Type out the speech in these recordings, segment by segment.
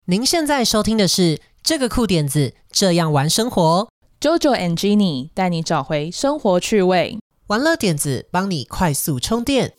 您现在收听的是这个酷点子这样玩生活 JoJo and Jenny 带你找回生活趣味， 玩乐点子帮你快速充电。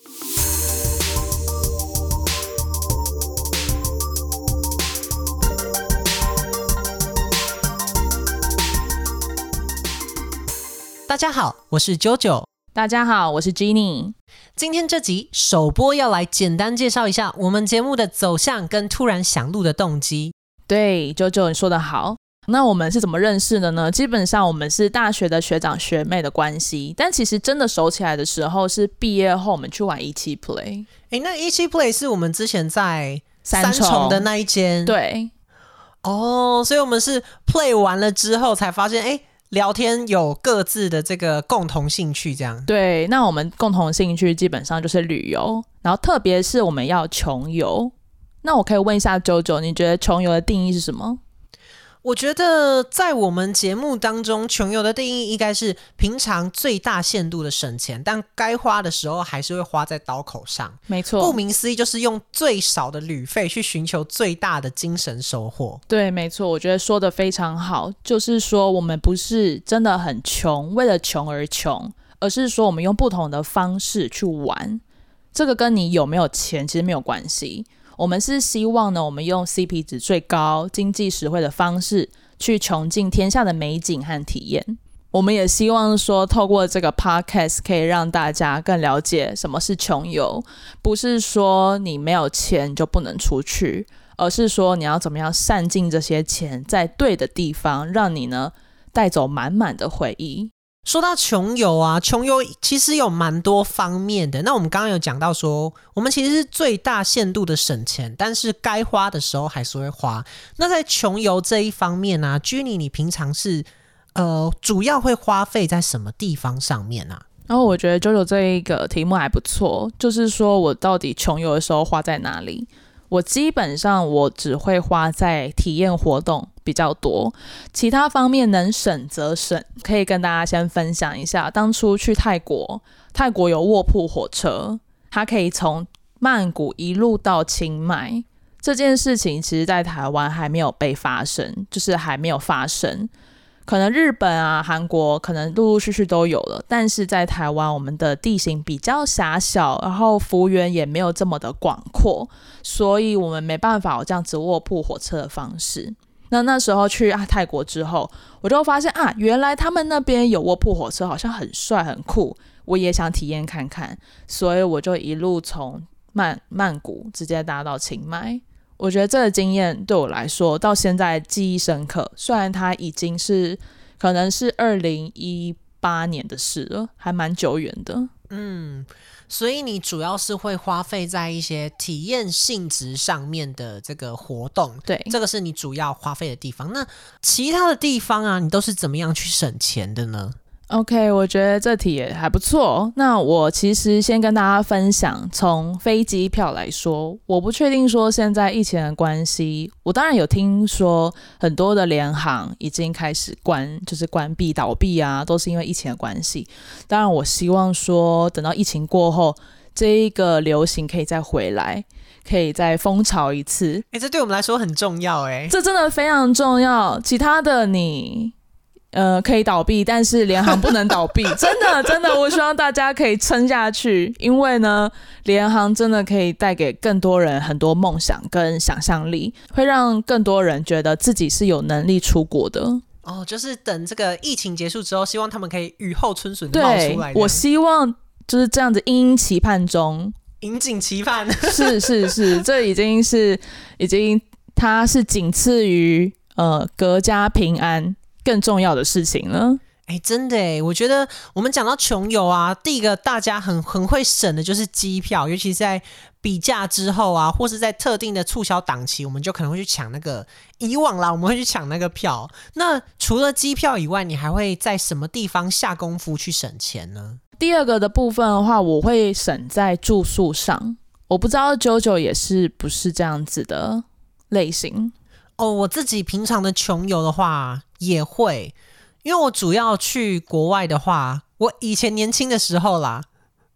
大家好，我是 JoJo。 大家好，我是 Jenny。 今天这集首播要来简单介绍一下我们节目的走向跟突然想录的动机。 对， JoJo 你说得好。那我们是怎么认识的呢？基本上我们是大学的学长学妹的关系，但其实真的熟起来的时候是毕业后我们去玩17 Play。 那17 Play 是我们之前在三重的那一间。 对。 所以我们是 Play 完了之后才发现聊天有各自的这个共同兴趣这样。 对，那我们共同兴趣基本上就是旅游，然后特别是我们要穷游。那我可以问一下 JoJo， 你觉得穷游的定义是什么？ 我觉得在我们节目当中，穷游的定义应该是平常最大限度的省钱，但该花的时候还是会花在刀口上。 没错， 顾名思义就是用最少的旅费去寻求最大的精神收获。 对，没错，我觉得说得非常好，就是说我们不是真的很穷，为了穷而穷，而是说我们用不同的方式去玩，这个跟你有没有钱其实没有关系。我们是希望呢，我们用 CP 值最高、经济实惠的方式去穷尽天下的美景和体验。我们也希望说，透过这个 podcast 可以让大家更了解什么是穷游，不是说你没有钱就不能出去，而是说你要怎么样善尽这些钱，在对的地方，让你呢带走满满的回忆。 说到穷游啊，穷游其实有蛮多方面的。那我们刚刚有讲到说，我们其实是最大限度的省钱，但是该花的时候还是会花。那在穷游这一方面啊 Jenny 你平常是主要会花费在什么地方上面啊？ 然后我觉得 JoJo 这一个题目还不错，就是说我到底穷游的时候花在哪里？我基本上我只会花在体验活动比较多，其他方面能省则省。可以跟大家先分享一下，当初去泰国有卧铺火车，它可以从曼谷一路到清迈，这件事情其实在台湾还没有被发生，就是还没有发生。可能日本啊、韩国可能陆陆续续都有了，但是在台湾我们的地形比较狭小，然后幅员也没有这么的广阔，所以我们没办法有这样子卧铺火车的方式。那时候去泰国之后，我就发现原来他们那边有卧铺火车，好像很帅很酷，我也想体验看看，所以我就一路从曼谷直接搭到清迈。我觉得这个经验对我来说到现在记忆深刻，虽然它已经是可能是2018年的事了，还蛮久远的。 所以你主要是会花费在一些体验性质上面的这个活动， 对， 这个是你主要花费的地方。那其他的地方啊，你都是怎么样去省钱的呢 ？OK， 我觉得这题也还不错。那我其实先跟大家分享，从飞机票来说，我不确定说现在疫情的关系，我当然有听说很多的联航已经开始关闭倒闭啊，都是因为疫情的关系。当然我希望说等到疫情过后，这一个流行可以再回来，可以再风潮一次。 这对我们来说很重要这真的非常重要。其他的你可以倒闭，但是联航不能倒闭。真的，我希望大家可以撑下去，因为呢，联航真的可以带给更多人很多梦想跟想象力，会让更多人觉得自己是有能力出国的。 就是等这个疫情结束之后，希望他们可以雨后春笋冒出来。 对，我希望就是这样子殷殷期盼中， 引颈期盼。是， 这已经它是仅次于阖家平安更重要的事情了。 真的耶，我觉得我们讲到穷游啊，第一个大家很会省的就是机票，尤其是在比价之后啊，或是在特定的促销档期，我们就可能会去抢那个，以往啦我们会去抢那个票。那除了机票以外，你还会在什么地方下功夫去省钱呢？ 第二个的部分的话，我会省在住宿上。我不知道 JoJo 也是不是这样子的类型。 我自己平常的穷游的话也会，因为我主要去国外的话，我以前年轻的时候啦，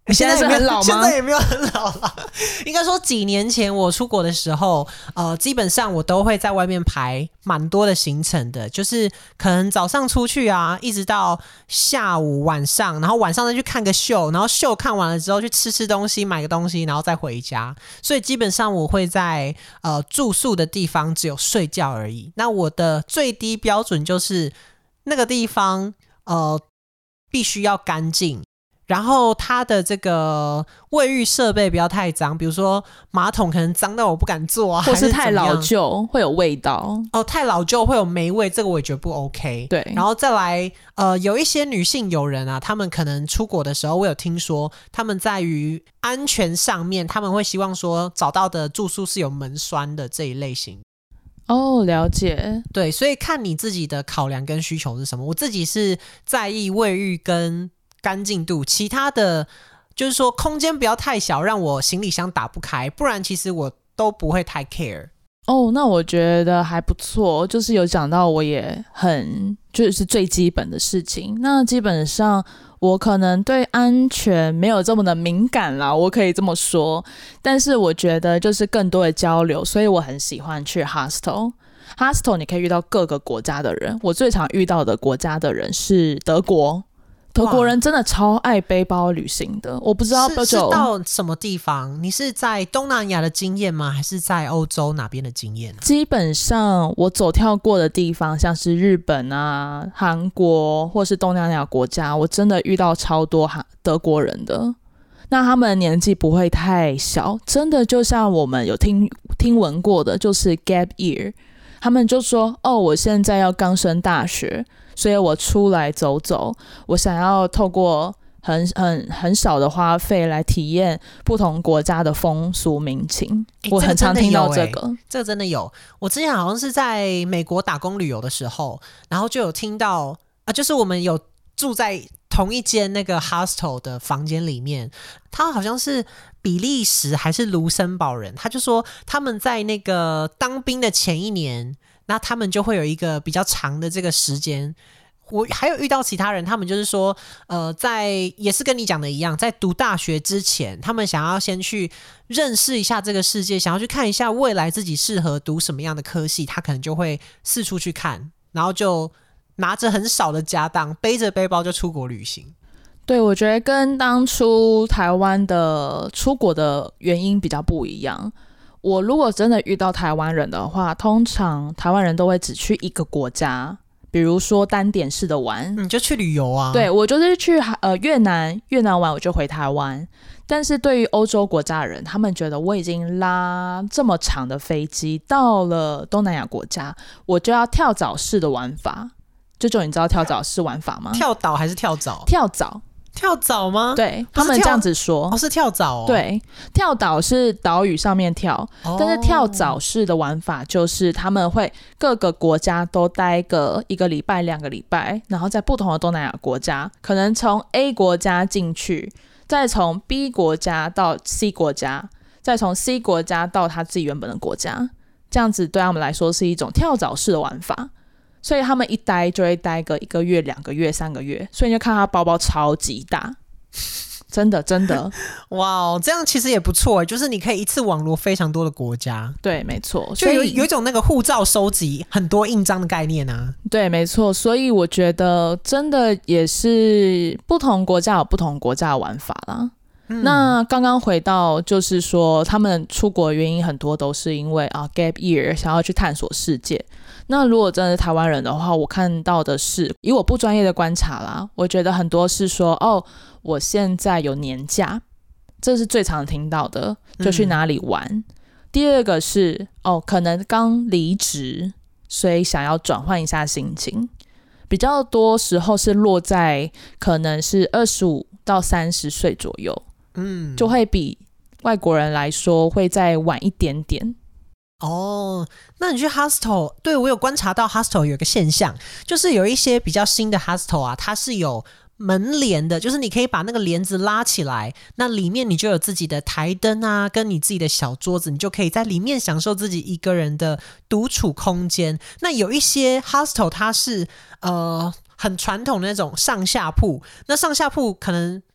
你现在是很老吗？ 现在也没有很老了，应该说几年前我出国的时候，基本上我都会在外面排蛮多的行程的，就是可能早上出去啊，一直到下午晚上，然后晚上再去看个秀，然后秀看完了之后去吃东西，买个东西，然后再回家。所以基本上我会在住宿的地方只有睡觉而已。那我的最低标准就是那个地方必须要干净。然后它的这个卫浴设备不要太脏，比如说马桶可能脏到我不敢坐啊， 或是太老旧会有味道太老旧会有霉味，这个我也觉得不 OK。 对， 然后再来有一些女性友人啊，他们可能出国的时候，我有听说他们在于安全上面，他们会希望说找到的住宿是有门栓的这一类型。 了解。 对，所以看你自己的考量跟需求是什么。我自己是在意卫浴跟干净度，其他的就是说空间不要太小，让我行李箱打不开，不然其实我都不会太 care。 那我觉得还不错，就是有讲到我也很就是最基本的事情。那基本上我可能对安全没有这么的敏感啦，我可以这么说。但是我觉得就是更多的交流，所以我很喜欢去 hostel。hostel 你可以遇到各个国家的人，我最常遇到的国家的人是德国。德国人真的超爱背包旅行的，我不知道是到什么地方？你是在东南亚的经验吗？还是在欧洲哪边的经验？ 基本上我走跳过的地方，像是日本啊、韩国或是东南亚国家，我真的遇到超多德国人的。那他们的年纪不会太小，真的就像我们有听闻过的，就是 gap year。他们就说我现在要刚升大学，所以我出来走走，我想要透过很少的花费来体验不同国家的风俗民情。我很常听到这个真的有。我之前好像是在美国打工旅游的时候，然后就有听到就是我们有住在同一间那个 hostel 的房间里面，他好像是比利时还是卢森堡人，他就说他们在那个当兵的前一年，那他们就会有一个比较长的这个时间。我还有遇到其他人，他们就是说也是跟你讲的一样，在读大学之前，他们想要先去认识一下这个世界，想要去看一下未来自己适合读什么样的科系，他可能就会四处去看，然后就拿着很少的家当，背着背包就出国旅行。 对，我觉得跟当初台湾的出国的原因比较不一样。我如果真的遇到台湾人的话，通常台湾人都会只去一个国家，比如说单点式的玩， 你就去旅游啊。 对，我就是去越南玩我就回台湾。但是对于欧洲国家的人，他们觉得我已经拉这么长的飞机到了东南亚国家，我就要跳蚤式的玩法。舅舅，你知道跳蚤式玩法吗？ 跳岛还是跳蚤？ 跳蚤吗？对，他们这样子说。 是跳蚤对，跳岛是岛屿上面跳，但是跳蚤式的玩法就是他们会各个国家都待一个礼拜、2个礼拜，然后在不同的东南亚国家，可能从 A 国家进去，再从 B 国家到 C 国家，再从 C 国家到他自己原本的国家，这样子对他们来说是一种跳蚤式的玩法。所以他们一待就会待个1个月、2个月、3个月，所以你就看他包包超级大，真的哇，这样其实也不错，就是你可以一次网罗非常多的国家。 对，没错， 就有一种那个护照收集很多印章的概念啊。 对，没错，所以我觉得真的也是不同国家有不同国家的玩法啦。那刚刚回到就是说他们出国的原因很多都是因为gap year 想要去探索世界。那如果真的是台湾人的话，我看到的是以我不专业的观察啦，我觉得很多是说我现在有年假，这是最常听到的，就去哪里玩。第二个是可能刚离职，所以想要转换一下心情，比较多时候是落在可能是25到30岁左右，就会比外国人来说会再晚一点点。 那你去 hostel， 对，我有观察到 hostel 有一个现象，就是有一些比较新的 hostel 啊，它是有门帘的，就是你可以把那个帘子拉起来，那里面你就有自己的台灯啊，跟你自己的小桌子，你就可以在里面享受自己一个人的独处空间。那有一些 hostel 它是很传统的那种上下铺，那上下铺可能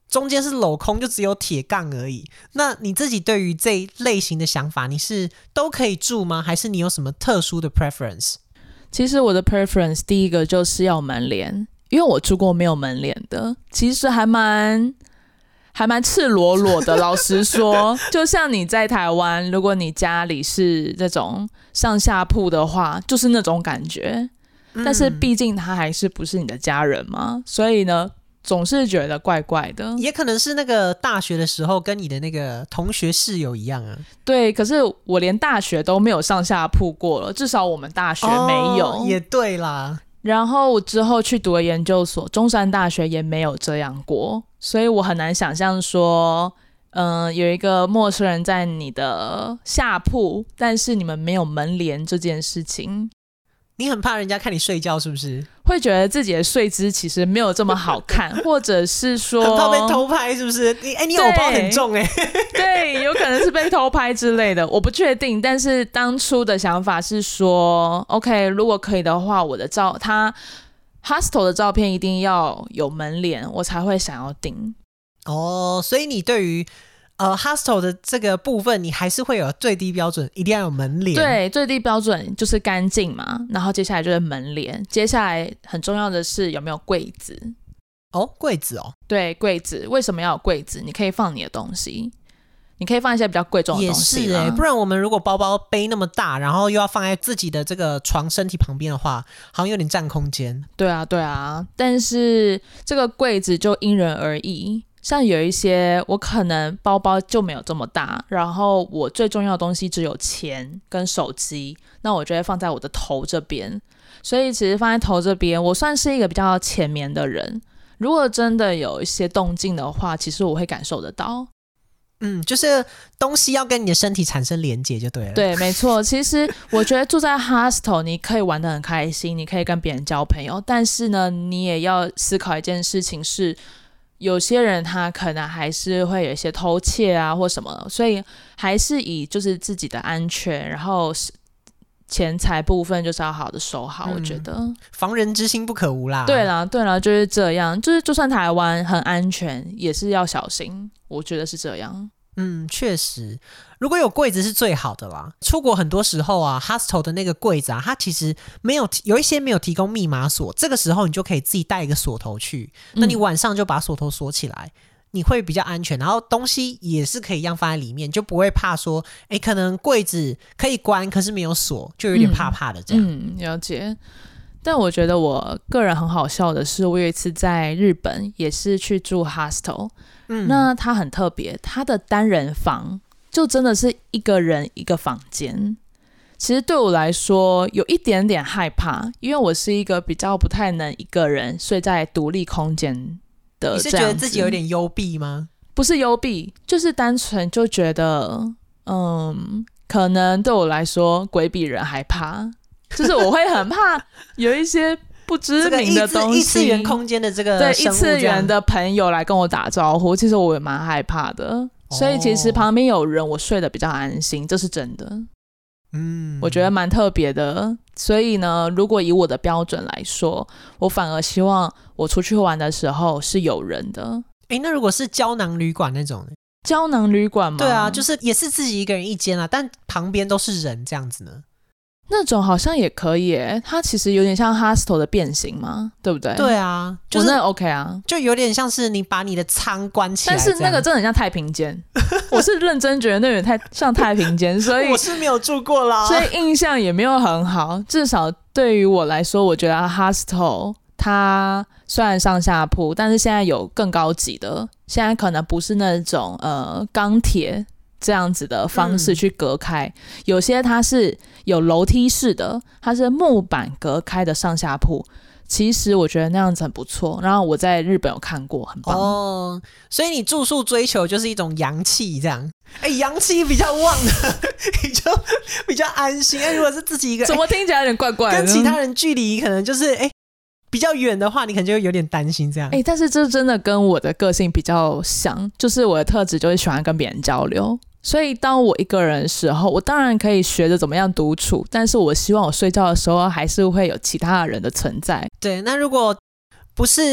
中间是镂空，就只有铁杠而已。那你自己对于这一类型的想法，你是都可以住吗？还是你有什么特殊的 preference？ 其实我的 preference 第一个就是要门帘，因为我住过没有门帘的，其实还蛮赤裸裸的。老实说，就像你在台湾，如果你家里是这种上下铺的话，就是那种感觉。但是毕竟他还是不是你的家人嘛，所以呢，总是觉得怪怪的。 也可能是那个大学的时候跟你的那个同学室友一样啊。 对，可是我连大学都没有上下铺过了，至少我们大学没有。 也对啦。 然后我之后去读了研究所，中山大学也没有这样过，所以我很难想象说有一个陌生人在你的下铺，但是你们没有门帘这件事情。 你很怕人家看你睡觉是不是？ 会觉得自己的睡姿其实没有这么好看，或者是说很怕被偷拍是不是？你偶包很重对，有可能是被偷拍之类的，我不确定。但是当初的想法是说 OK， 如果可以的话，我的他 hostel 的照片一定要有门帘，我才会想要订。 所以你对于hostel 的这个部分，你还是会有最低标准，一定要有门帘。 对，最低标准就是干净嘛，然后接下来就是门帘，接下来很重要的是有没有柜子。 柜子对，柜子为什么要有柜子？你可以放你的东西，你可以放一些比较贵重的东西。 也是不然我们如果包包背那么大，然后又要放在自己的这个床身体旁边的话，好像有点占空间。 对啊，但是这个柜子就因人而异。像有一些我可能包包就没有这么大，然后我最重要的东西只有钱跟手机，那我就会放在我的头这边。所以其实放在头这边，我算是一个比较浅眠的人，如果真的有一些动静的话，其实我会感受得到。 就是东西要跟你的身体产生连结就对了。 对，没错。其实我觉得住在 hostel 你可以玩得很开心，你可以跟别人交朋友，但是呢，你也要思考一件事情是，有些人他可能还是会有一些偷窃啊或什么，所以还是以就是自己的安全，然后钱财部分就是要好好的收好。我觉得防人之心不可无啦。 对啦，就是这样，就是就算台湾很安全也是要小心，我觉得是这样。 确实，如果有柜子是最好的啦。出国很多时候啊 hostel 的那个柜子啊，它其实有一些没有提供密码锁，这个时候你就可以自己带一个锁头去，那你晚上就把锁头锁起来，你会比较安全，然后东西也是可以一样放在里面，就不会怕说可能柜子可以关可是没有锁，就有点怕怕的这样。 了解。但我觉得我个人很好笑的是，我有一次在日本也是去住 hostel，那它很特别，它的单人房就真的是一个人一个房间。其实对我来说有一点点害怕，因为我是一个比较不太能一个人睡在独立空间的。 你是觉得自己有点幽闭吗？ 不是幽闭，就是单纯就觉得可能对我来说鬼比人还怕，就是我会很怕有一些不知名的东西， 异次元空间的这个对异次元的朋友来跟我打招呼，其实我也蛮害怕的。所以其实旁边有人，我睡得比较安心，这是真的。我觉得蛮特别的。所以呢，如果以我的标准来说，我反而希望我出去玩的时候是有人的。 那如果是胶囊旅馆那种呢？ 胶囊旅馆吗？ 对啊，就是也是自己一个人一间啊，但旁边都是人这样子呢。 那种好像也可以耶，它其实有点像 hostel 的变形嘛，对不对？ 对啊，就是那 OK 啊， 就有点像是你把你的舱关起来， 但是那个真的很像太平间我是认真觉得那有点太像太平间，所以我是没有住过啦， 所以印象也没有很好。至少对于我来说，我觉得 hostel 它虽然上下铺，但是现在有更高级的，现在可能不是那种钢铁这样子的方式去隔开，有些它是有楼梯式的，它是木板隔开的上下铺，其实我觉得那样子很不错，然后我在日本有看过，很棒。 所以你住宿追求就是一种阳气这样，阳气比较旺的你就比较安心。如果是自己一个怎么听起来有点怪怪的， 跟其他人距离可能就是比较远的话，你可能就有点担心这样。 但是这真的跟我的个性比较像，就是我的特质就是喜欢跟别人交流，所以当我一个人的时候，我当然可以学着怎么样独处，但是我希望我睡觉的时候还是会有其他人的存在。 对，那如果不是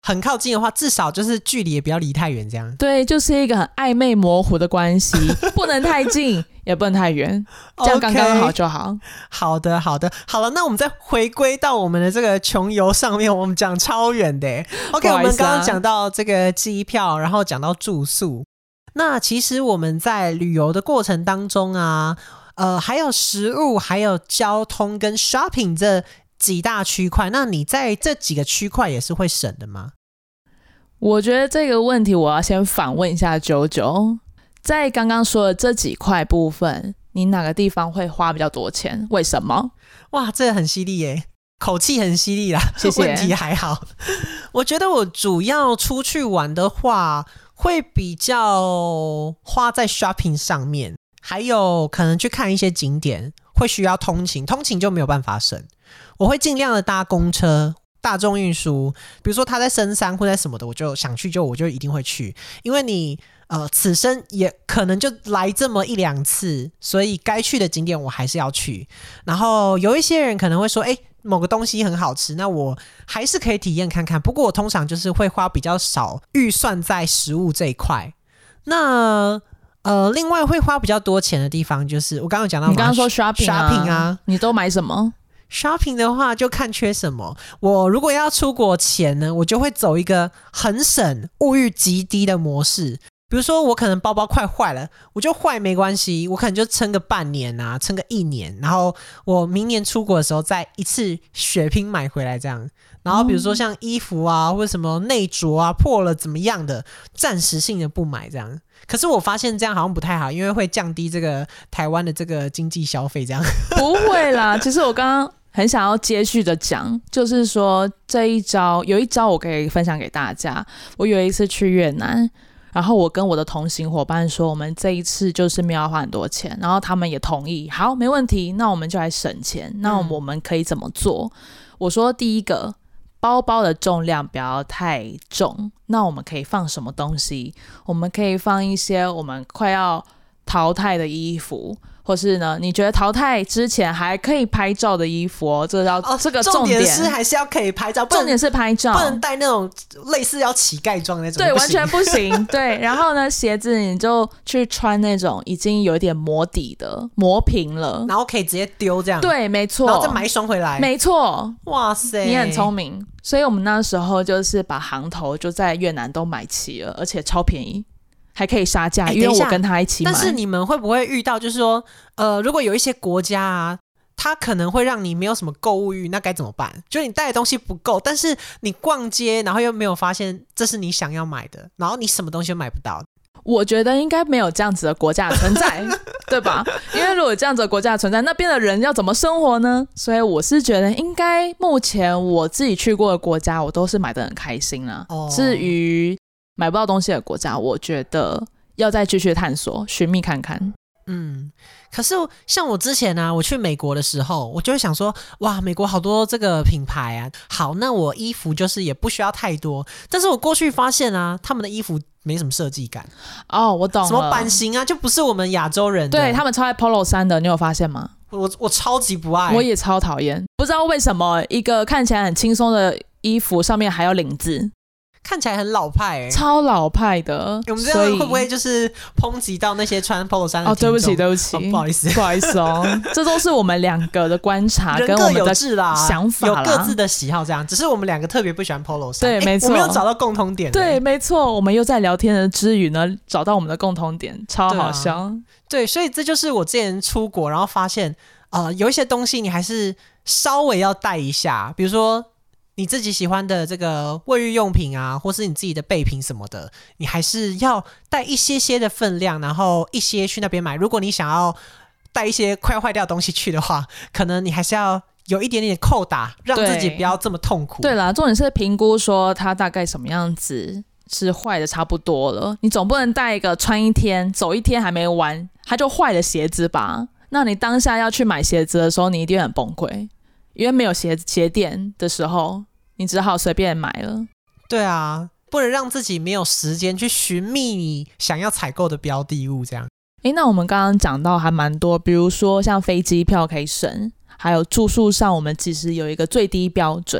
很靠近的话，至少就是距离也不要离太远，这样。 对，就是一个很暧昧模糊的关系，不能太近，也不能太远，这样刚刚好就好。 好的，好了，那我们再回归到我们的这个穷游上面，我们讲超远的耶。OK， 我们刚刚讲到这个机票，然后讲到住宿。那其实我们在旅游的过程当中啊，还有食物，还有交通跟 shopping 这几大区块，那你在这几个区块也是会省的吗？ 我觉得这个问题我要先反问一下九九，在刚刚说的这几块部分，你哪个地方会花比较多钱？为什么？ 哇，这个很犀利耶，口气很犀利啦。 谢谢。 问题还好。我觉得我主要出去玩的话，会比较花在 shopping 上面，还有可能去看一些景点，会需要通勤就没有办法省。我会尽量的搭公车、大众运输，比如说他在深山或在什么的，我就想去我就一定会去，因为你此生也可能就来这么一两次，所以该去的景点我还是要去。然后有一些人可能会说，某个东西很好吃，那我还是可以体验看看。不过我通常就是会花比较少预算在食物这一块。那另外会花比较多钱的地方，就是我刚刚讲到你刚刚说 shopping 啊，你都买什么 ？shopping 的话就看缺什么。我如果要出国前呢，我就会走一个很省、物欲极低的模式。比如说我可能包包快坏了，我就坏没关系，我可能就撑个半年啊，撑个1年，然后我明年出国的时候再一次血拼买回来这样。然后比如说像衣服啊，或者什么内着啊破了怎么样的，暂时性的不买这样。可是我发现这样好像不太好，因为会降低这个台湾的这个经济消费这样。 不会啦，其实我刚刚很想要接续的讲，就是说有一招我可以分享给大家。我有一次去越南，然后我跟我的同行伙伴说，我们这一次就是没有要花很多钱，然后他们也同意，好，没问题，那我们就来省钱。那我们可以怎么做？我说第一个，包包的重量不要太重，那我们可以放什么东西？我们可以放一些我们快要淘汰的衣服，或是呢，你觉得淘汰之前还可以拍照的衣服哦，这个重点是还是要可以拍照， 重点是拍照， 不能带那种类似要乞丐装那种， 对，完全不行。对，然后呢，鞋子你就去穿那种已经有点磨底的、磨平了， 然后可以直接丢这样。 对，没错， 然后再买一双回来。 没错， 哇塞， 你很聪明。所以我们那时候就是把行头就在越南都买齐了，而且超便宜。还可以杀价，因为我跟他一起买。 但是你们会不会遇到就是说如果有一些国家啊，它可能会让你没有什么购物欲，那该怎么办？就你带的东西不够，但是你逛街然后又没有发现这是你想要买的，然后你什么东西都买不到。 我觉得应该没有这样子的国家存在对吧？因为如果这样子的国家存在，那边的人要怎么生活呢？所以我是觉得应该目前我自己去过的国家我都是买得很开心啦。至于买不到东西的国家，我觉得要再继续探索寻觅看看。 可是像我之前啊，我去美国的时候，我就会想说，哇，美国好多这个品牌啊，好，那我衣服就是也不需要太多。但是我过去发现啊，他们的衣服没什么设计感。 哦，我懂了， 什么版型啊，就不是我们亚洲人的。 对，他们超爱 Polo 衫的，你有发现吗？ 我超级不爱， 我也超讨厌，不知道为什么一个看起来很轻松的衣服上面还有领子。 看起来很老派超老派的。 我们这样会不会就是抨击到那些穿 polo 衫的听众？ 对不起对不起， 不好意思不好意思哦，这都是我们两个的观察跟我们的想法啦， 有各自的喜好，这样只是我们两个特别不喜欢 polo 衫。 对，没错， 我们有找到共同点。 对，没错，我们又在聊天的之余呢，找到我们的共同点，超好笑。 对，所以这就是我之前出国然后发现有一些东西你还是稍微要带一下，比如说你自己喜欢的这个卫浴用品啊，或是你自己的备品什么的，你还是要带一些些的分量，然后一些去那边买。如果你想要带一些快要坏掉的东西去的话，可能你还是要有一点点扣打，让自己不要这么痛苦。 对啦，重点是评估说它大概什么样子是坏的差不多了，你总不能带一个穿一天走一天还没完它就坏的鞋子吧？那你当下要去买鞋子的时候，你一定很崩溃，因为没有鞋店的时候，你只好随便买了。 对啊，不能让自己没有时间去寻觅你想要采购的标的物这样。 那我们刚刚讲到还蛮多，比如说像飞机票可以省，还有住宿上我们其实有一个最低标准，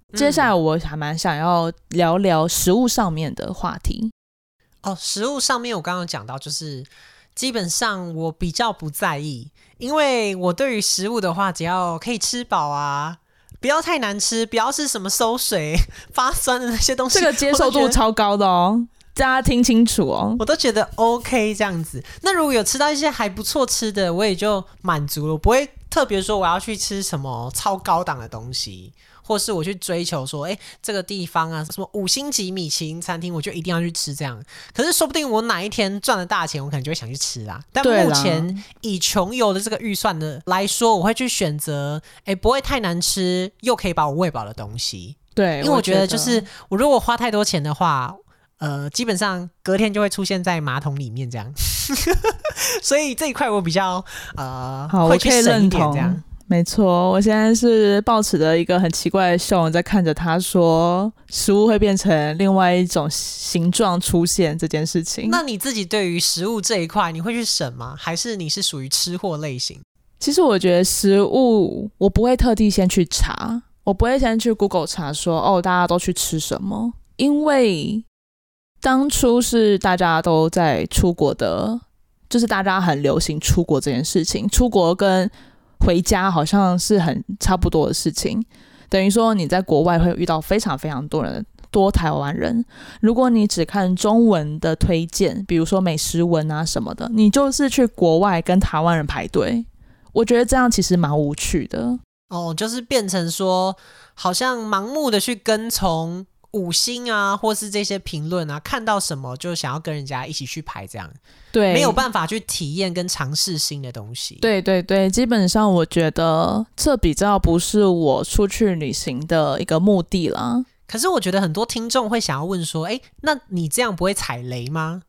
接下来我还蛮想要聊聊食物上面的话题。 食物上面我刚刚讲到，就是基本上我比较不在意，因为我对于食物的话，只要可以吃饱啊，不要太难吃，不要是什么馊水发酸的那些东西， 这个接受度超高的哦，大家听清楚哦， 我都觉得 OK 这样子。那如果有吃到一些还不错吃的，我也就满足了，我不会特别说我要去吃什么超高档的东西，或是我去追求说这个地方啊什么5星级米其林餐厅我就一定要去吃这样。可是说不定我哪一天赚了大钱，我可能就会想去吃啦。但目前以穷游的这个预算的来说，我会去选择不会太难吃又可以把我喂饱的东西。 对， 因为我觉得就是我如果花太多钱的话，基本上隔天就会出现在马桶里面这样。所以这一块我比较会去省一点这样。 没错，我现在是抱持着一个很奇怪的笑容在看着他说食物会变成另外一种形状出现这件事情。 那你自己对于食物这一块你会去省吗？还是你是属于吃货类型？ 其实我觉得食物我不会特地先去查，我不会先去 Google 查说大家都去吃什么，因为当初是大家都在出国的，就是大家很流行出国这件事情，出国跟回家好像是很差不多的事情，等于说你在国外会遇到非常非常多台湾人。如果你只看中文的推荐，比如说美食文啊什么的，你就是去国外跟台湾人排队，我觉得这样其实蛮无趣的。 就是变成说好像盲目的去跟从5星啊或是这些评论啊，看到什么就想要跟人家一起去排这样。对，没有办法去体验跟尝试新的东西。 对对对，基本上我觉得这比较不是我出去旅行的一个目的啦。 可是我觉得很多听众会想要问说那你这样不会踩雷吗？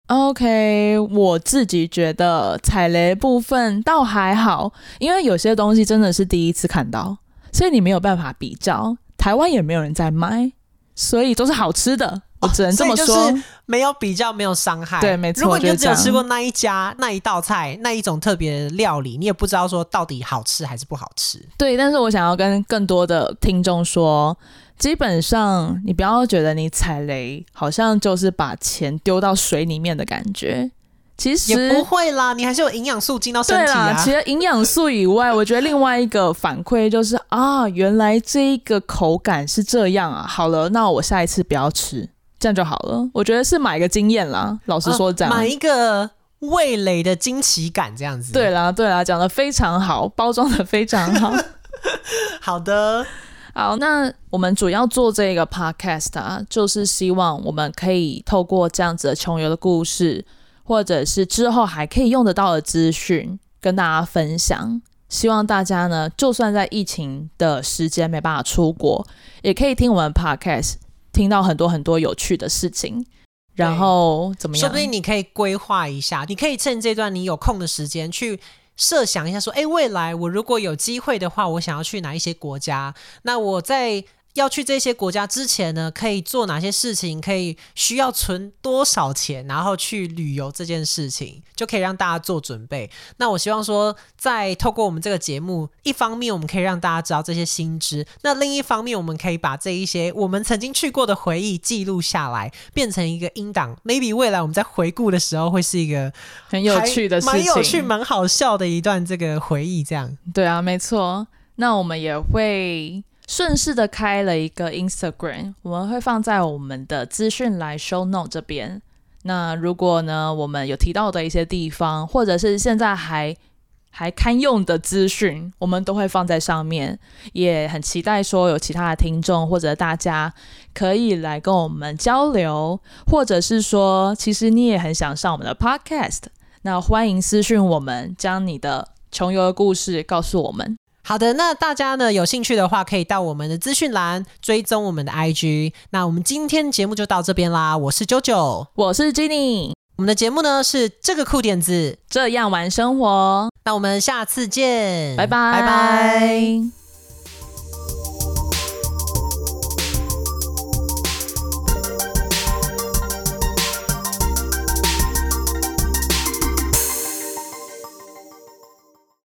OK， 我自己觉得踩雷部分倒还好，因为有些东西真的是第一次看到，所以你没有办法比较，台湾也没有人在卖，所以都是好吃的，我只能这么说。 所以就是没有比较没有伤害。 对，没错。 如果你就只有吃过那一家那一道菜那一种特别的料理，你也不知道说到底好吃还是不好吃。 对，但是我想要跟更多的听众说，基本上你不要觉得你踩雷好像就是把钱丢到水里面的感觉，其实也不会啦，你还是有营养素进到身体啊。 对啦，其实营养素以外，我觉得另外一个反馈就是原来这一个口感是这样啊，好了，那我下一次不要吃，这样就好了。我觉得是买个经验啦，老实说这样， 买一个味蕾的惊奇感这样子。 对啦对啦，讲得非常好，包装得非常好。 好的。 好，那我们主要做这个 podcast 就是希望我们可以透过这样子的穷游的故事，或者是之后还可以用得到的资讯跟大家分享。希望大家呢，就算在疫情的时间没办法出国，也可以听我们 podcast， 听到很多很多有趣的事情。然后怎么样？ 说不定你可以规划一下，你可以趁这段你有空的时间去设想一下说未来我如果有机会的话，我想要去哪一些国家，那我在要去这些国家之前呢，可以做哪些事情，可以需要存多少钱，然后去旅游这件事情就可以让大家做准备。那我希望说在透过我们这个节目，一方面我们可以让大家知道这些新知，那另一方面我们可以把这一些我们曾经去过的回忆记录下来，变成一个音档， maybe 未来我们在回顾的时候会是一个很有趣的事情， 蛮有趣蛮好笑的一段这个回忆这样。 对啊，没错。那我们也会顺势的开了一个 Instagram， 我们会放在我们的资讯栏 show note 这边。那如果呢我们有提到的一些地方，或者是现在还堪用的资讯，我们都会放在上面。也很期待说有其他的听众或者大家可以来跟我们交流，或者是说其实你也很想上我们的 podcast， 那欢迎私讯我们，将你的穷游的故事告诉我们。 好的，那大家呢有兴趣的话，可以到我们的资讯栏追踪我们的 IG。那我们今天节目就到这边啦，我是JoJo， 我是 Jenny， 我们的节目呢是这个酷点子， 这样玩生活。 那我们下次见， 拜拜， 拜拜。